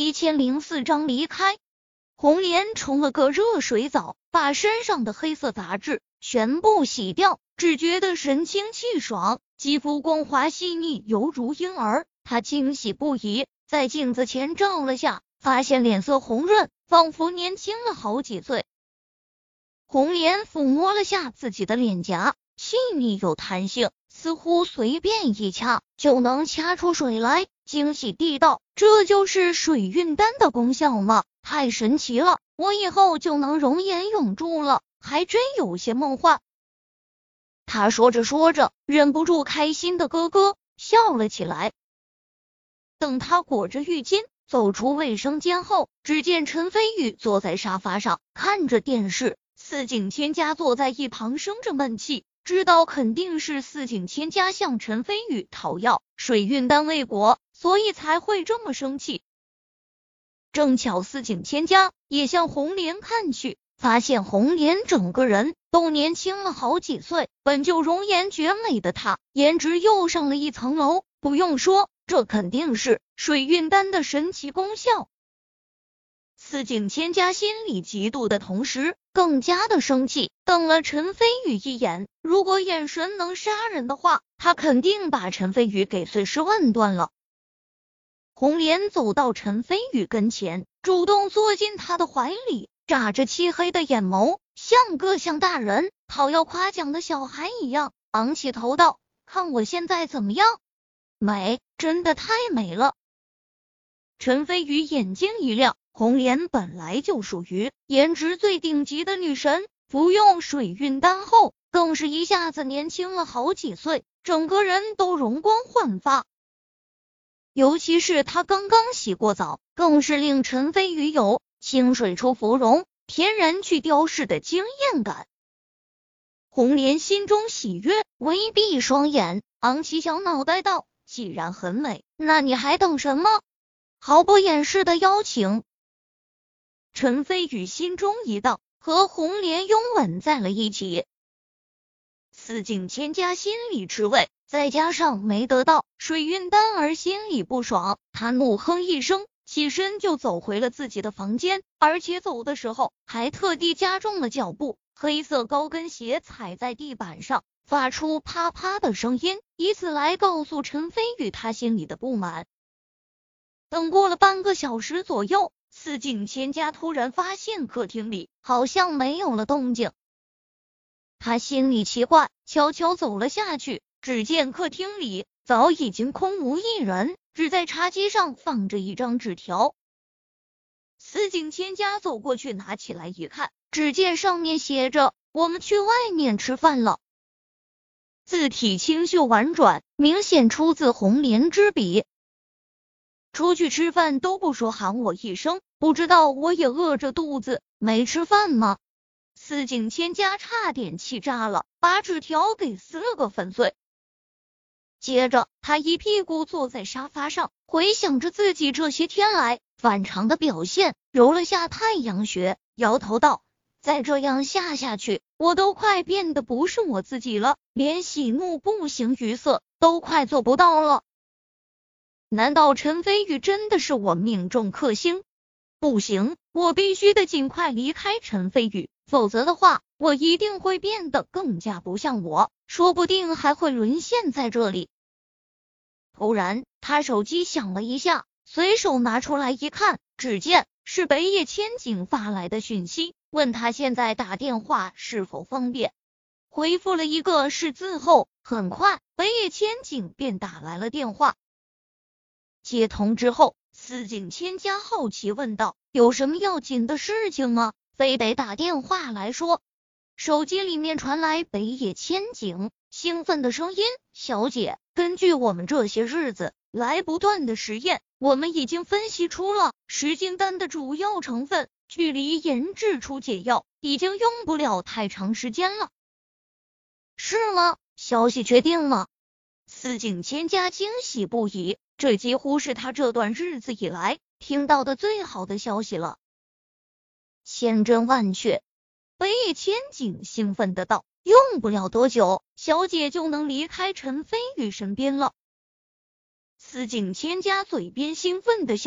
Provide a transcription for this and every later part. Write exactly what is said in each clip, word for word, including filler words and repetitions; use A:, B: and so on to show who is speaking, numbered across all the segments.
A: 一千零四章离开。红莲冲了个热水澡，把身上的黑色杂质全部洗掉，只觉得神清气爽，肌肤光滑细腻，犹如婴儿。她惊喜不已，在镜子前照了下，发现脸色红润，仿佛年轻了好几岁。红莲抚摸了下自己的脸颊，细腻有弹性，似乎随便一掐就能掐出水来，惊喜地道：“这就是水晕丹的功效吗？太神奇了，我以后就能容颜永驻了，还真有些梦幻。”他说着说着，忍不住开心的咯咯笑了起来。等他裹着浴巾走出卫生间后，只见陈飞宇坐在沙发上看着电视，四井千家坐在一旁生着闷气，知道肯定是四井千家向陈飞宇讨要水晕丹未果，所以才会这么生气。正巧四井千家也向红莲看去，发现红莲整个人都年轻了好几岁，本就容颜绝美的她，颜值又上了一层楼。不用说，这肯定是水晕丹的神奇功效。四井千家心里嫉妒的同时，更加的生气，瞪了陈飞宇一眼。如果眼神能杀人的话，他肯定把陈飞宇给碎尸万段了。红莲走到陈飞宇跟前，主动坐进他的怀里，眨着漆黑的眼眸，像个像大人讨要夸奖的小孩一样，昂起头道：“看我现在怎么样？美，真的太美了。”陈飞宇眼睛一亮，红莲本来就属于颜值最顶级的女神，服用水晕丹后，更是一下子年轻了好几岁，整个人都容光焕发。尤其是她刚刚洗过澡，更是令陈飞宇有清水出芙蓉，天然去雕饰的惊艳感。红莲心中喜悦，微闭双眼，昂起小脑袋道：“既然很美，那你还等什么？”毫不掩饰的邀请。陈飞宇心中一荡，和红莲拥吻在了一起。四井千家心里吃味，再加上没得到水晕丹而心里不爽，他怒哼一声，起身就走回了自己的房间，而且走的时候还特地加重了脚步，黑色高跟鞋踩在地板上，发出啪啪的声音，以此来告诉陈飞宇他心里的不满。等过了半个小时左右，四井千家突然发现客厅里好像没有了动静。他心里奇怪，悄悄走了下去，只见客厅里早已经空无一人，只在茶几上放着一张纸条。四井千家走过去拿起来一看，只见上面写着：“我们去外面吃饭了。”字体清秀婉转，明显出自红莲之笔。出去吃饭都不说喊我一声，不知道我也饿着肚子没吃饭吗？四井千家差点气炸了，把纸条给撕了个粉碎。接着他一屁股坐在沙发上，回想着自己这些天来反常的表现，揉了下太阳穴，摇头道：“再这样下下去，我都快变得不是我自己了，连喜怒不形于色都快做不到了。难道陈飞宇真的是我命中克星？不行，我必须得尽快离开陈飞宇，否则的话，我一定会变得更加不像我，说不定还会沦陷在这里。”突然，他手机响了一下，随手拿出来一看，只见是北野千景发来的讯息，问他现在打电话是否方便。回复了一个是字后，很快北野千景便打来了电话。接通之后，四井千家好奇问道：“有什么要紧的事情吗？非得打电话来说？”手机里面传来北野千景兴奋的声音：“小姐，根据我们这些日子来不断的实验，我们已经分析出了石金丹的主要成分，距离研制出解药已经用不了太长时间了。”“是吗？消息确定吗？”四井千家惊喜不已，这几乎是他这段日子以来听到的最好的消息了。千真万确。北野千景兴奋的道：“用不了多久，小姐就能离开陈飞宇身边了。”四井千家嘴边兴奋的笑意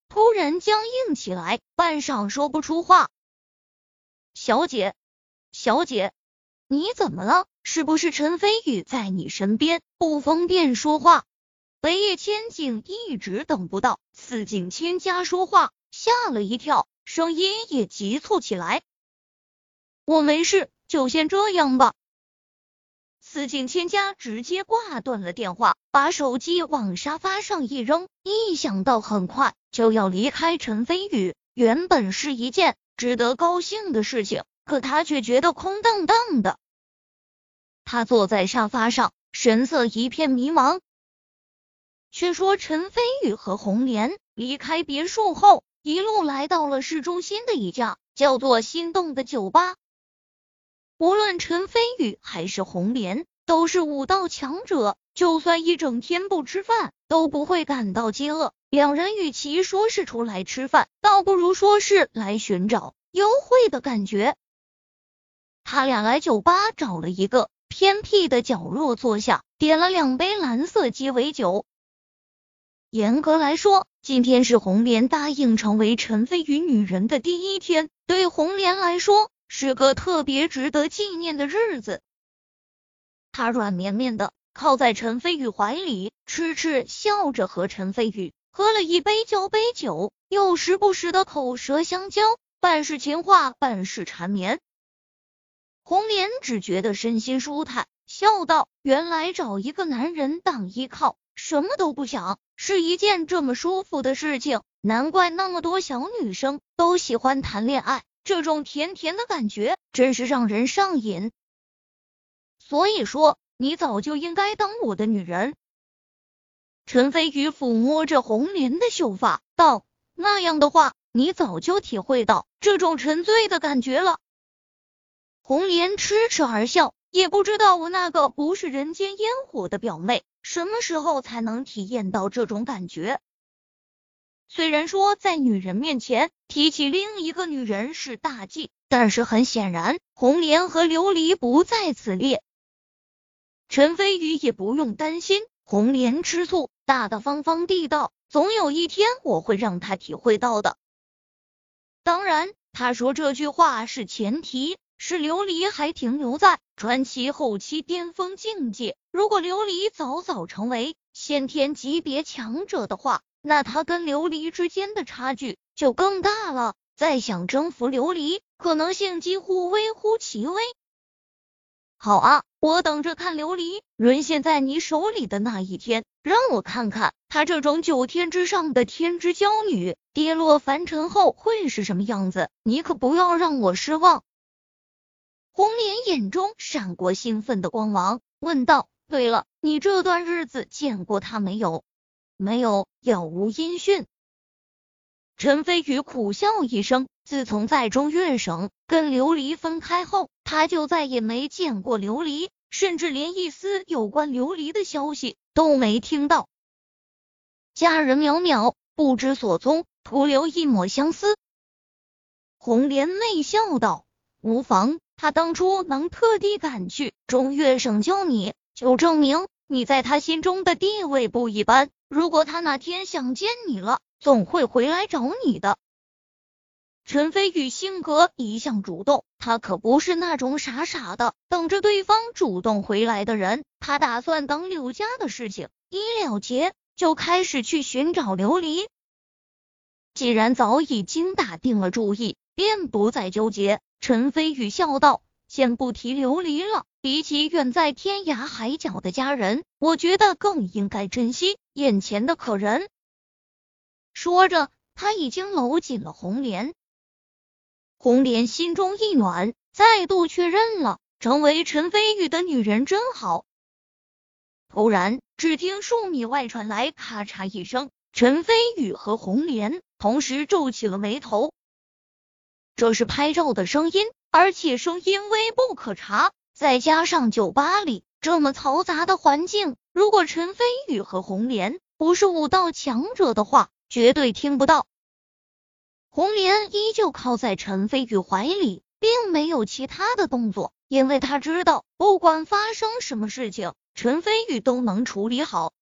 A: 突然僵硬起来，半晌说不出话。小姐，小姐，你怎么了？是不是陈飞宇在你身边，不方便说话？北野千景一直等不到四井千家说话，吓了一跳，声音也急促起来。我没事，就先这样吧。四井千家直接挂断了电话，把手机往沙发上一扔。一想到很快就要离开陈飞宇，原本是一件值得高兴的事情，可他却觉得空荡荡的。他坐在沙发上，神色一片迷茫。却说陈飞宇和红莲离开别墅后，一路来到了市中心的一家叫做心动的酒吧。无论陈飞宇还是红莲都是武道强者，就算一整天不吃饭都不会感到饥饿。两人与其说是出来吃饭，倒不如说是来寻找优惠的感觉。他俩来酒吧找了一个偏僻的角落坐下，点了两杯蓝色鸡尾酒。严格来说，今天是红莲答应成为陈飞宇女人的第一天，对红莲来说是个特别值得纪念的日子。她软绵绵的靠在陈飞宇怀里，痴痴笑着和陈飞宇喝了一杯交杯酒，又时不时的口舌相交，半是情话，半是缠绵。红莲只觉得身心舒坦，笑道：原来找一个男人当依靠，什么都不想，是一件这么舒服的事情，难怪那么多小女生都喜欢谈恋爱，这种甜甜的感觉真是让人上瘾。所以说，你早就应该当我的女人。陈飞宇抚摸着红莲的秀发道：那样的话，你早就体会到这种沉醉的感觉了。红莲痴痴而笑，也不知道我那个不是人间烟火的表妹什么时候才能体验到这种感觉。虽然说在女人面前提起另一个女人是大忌，但是很显然红莲和琉璃不在此列。陈飞宇也不用担心红莲吃醋，大大方方地道，总有一天我会让她体会到的。当然他说这句话是前提是琉璃还停留在传奇后期巅峰境界，如果琉璃早早成为先天级别强者的话，那他跟琉璃之间的差距就更大了，再想征服琉璃可能性几乎微乎其微。好啊，我等着看琉璃沦陷在你手里的那一天，让我看看她这种九天之上的天之娇女跌落凡尘后会是什么样子，你可不要让我失望。红莲眼中闪过兴奋的光芒，问道：对了，你这段日子见过他没有？没有，杳无音讯。陈飞宇苦笑一声，自从在中越省跟琉璃分开后，他就再也没见过琉璃，甚至连一丝有关琉璃的消息都没听到。家人渺渺，不知所踪，徒留一抹相思。红莲媚笑道：无妨，他当初能特地赶去中越省救你，就证明你在他心中的地位不一般，如果他哪天想见你了，总会回来找你的。陈飞宇性格一向主动，他可不是那种傻傻的等着对方主动回来的人，他打算等柳家的事情一了结，就开始去寻找琉璃。既然早已经打定了主意，便不再纠结。陈飞宇笑道：先不提琉璃了，比起远在天涯海角的家人，我觉得更应该珍惜眼前的可人。说着，他已经搂紧了红莲。红莲心中一暖，再度确认了成为陈飞宇的女人真好。突然，只听数米外传来咔嚓一声，陈飞宇和红莲同时皱起了眉头。这是拍照的声音，而且声音微不可察，再加上酒吧里这么嘈杂的环境，如果陈飞宇和红莲不是武道强者的话，绝对听不到。红莲依旧靠在陈飞宇怀里，并没有其他的动作，因为他知道不管发生什么事情，陈飞宇都能处理好啊。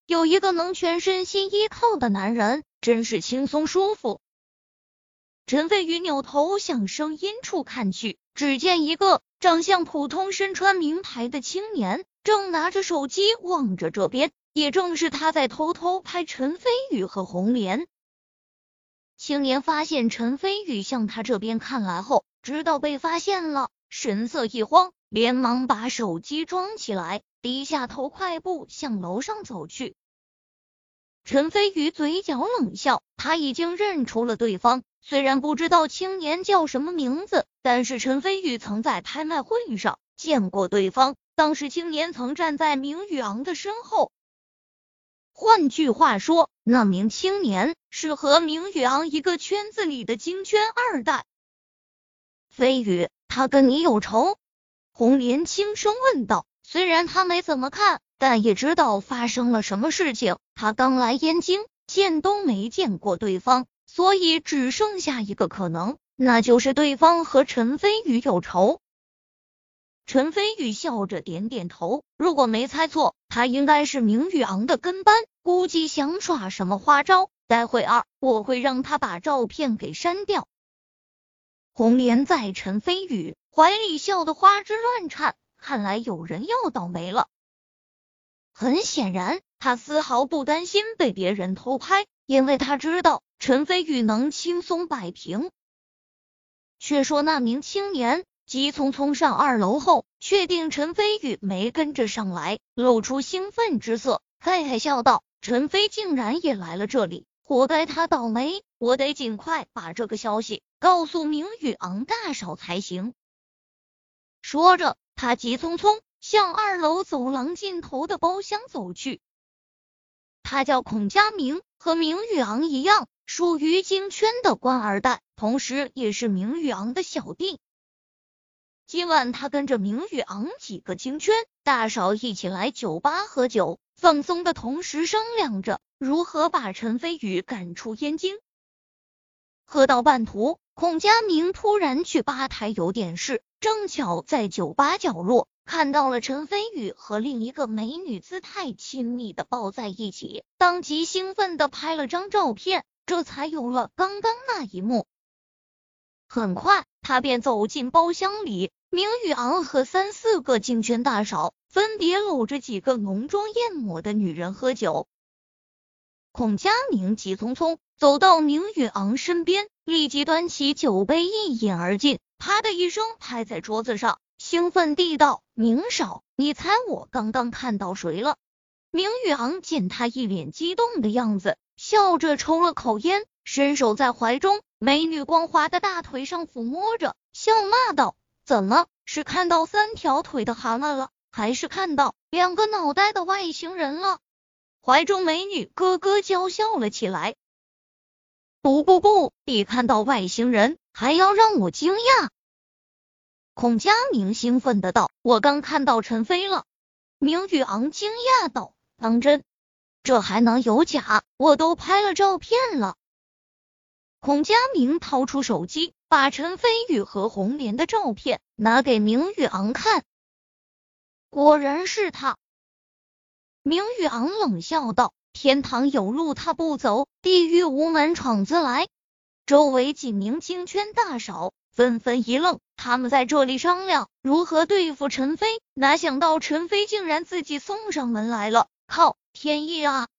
A: 有一个能全身心依靠的男人，真是轻松舒服。陈飞宇扭头向声音处看去，只见一个长相普通、身穿名牌的青年正拿着手机望着这边，也正是他在偷偷拍陈飞宇和红莲。青年发现陈飞宇向他这边看来后，知道被发现了，神色一慌，连忙把手机装起来，低下头快步向楼上走去。陈飞宇嘴角冷笑，他已经认出了对方，虽然不知道青年叫什么名字，但是陈飞宇曾在拍卖会上见过对方，当时青年曾站在明宇昂的身后。换句话说，那名青年是和明宇昂一个圈子里的金圈二代。飞宇，他跟你有仇？红莲轻声问道，虽然他没怎么看，但也知道发生了什么事情。他刚来燕京，见都没见过对方，所以只剩下一个可能，那就是对方和陈飞宇有仇。陈飞宇笑着点点头，如果没猜错，他应该是明宇昂的跟班，估计想耍什么花招，待会儿我会让他把照片给删掉。红莲在陈飞宇怀里笑得花枝乱颤，看来有人要倒霉了。很显然，他丝毫不担心被别人偷拍，因为他知道陈飞宇能轻松摆平。却说那名青年急匆匆上二楼后，确定陈飞宇没跟着上来，露出兴奋之色，嘿嘿笑道：陈飞竟然也来了这里，活该他倒霉，我得尽快把这个消息告诉明宇昂大嫂才行。说着，他急匆匆向二楼走廊尽头的包厢走去。他叫孔家明，和明宇昂一样，属于京圈的官二代，同时也是明宇昂的小弟。今晚他跟着明宇昂几个京圈大嫂一起来酒吧喝酒，放松的同时商量着如何把陈飞宇赶出燕京。喝到半途，孔家明突然去吧台有点事，正巧在酒吧角落看到了陈飞宇和另一个美女姿态亲密的抱在一起，当即兴奋的拍了张照片，这才有了刚刚那一幕。很快他便走进包厢里，明宇昂和三四个京圈大嫂分别搂着几个浓妆艳抹的女人喝酒。孔家明急匆匆走到明宇昂身边，立即端起酒杯一饮而尽，啪的一声拍在桌子上，兴奋地道：明嫂，你猜我刚刚看到谁了？明宇昂见他一脸激动的样子，笑着抽了口烟，伸手在怀中美女光滑的大腿上抚摸着，笑骂道：怎么，是看到三条腿的蛤蟆了，还是看到两个脑袋的外星人了？怀中美女咯咯娇笑了起来。不不不，比看到外星人还要让我惊讶。孔家明兴奋的道：我刚看到陈飞了。明宇昂惊讶道：当真？这还能有假？我都拍了照片了。孔家明掏出手机，把陈飞宇和红莲的照片拿给明宇昂看。果然是他。明宇昂冷笑道：天堂有路他不走，地狱无门闯自来。周围几名京圈大嫂纷纷一愣，他们在这里商量如何对付陈飞，哪想到陈飞竟然自己送上门来了。靠，天意啊！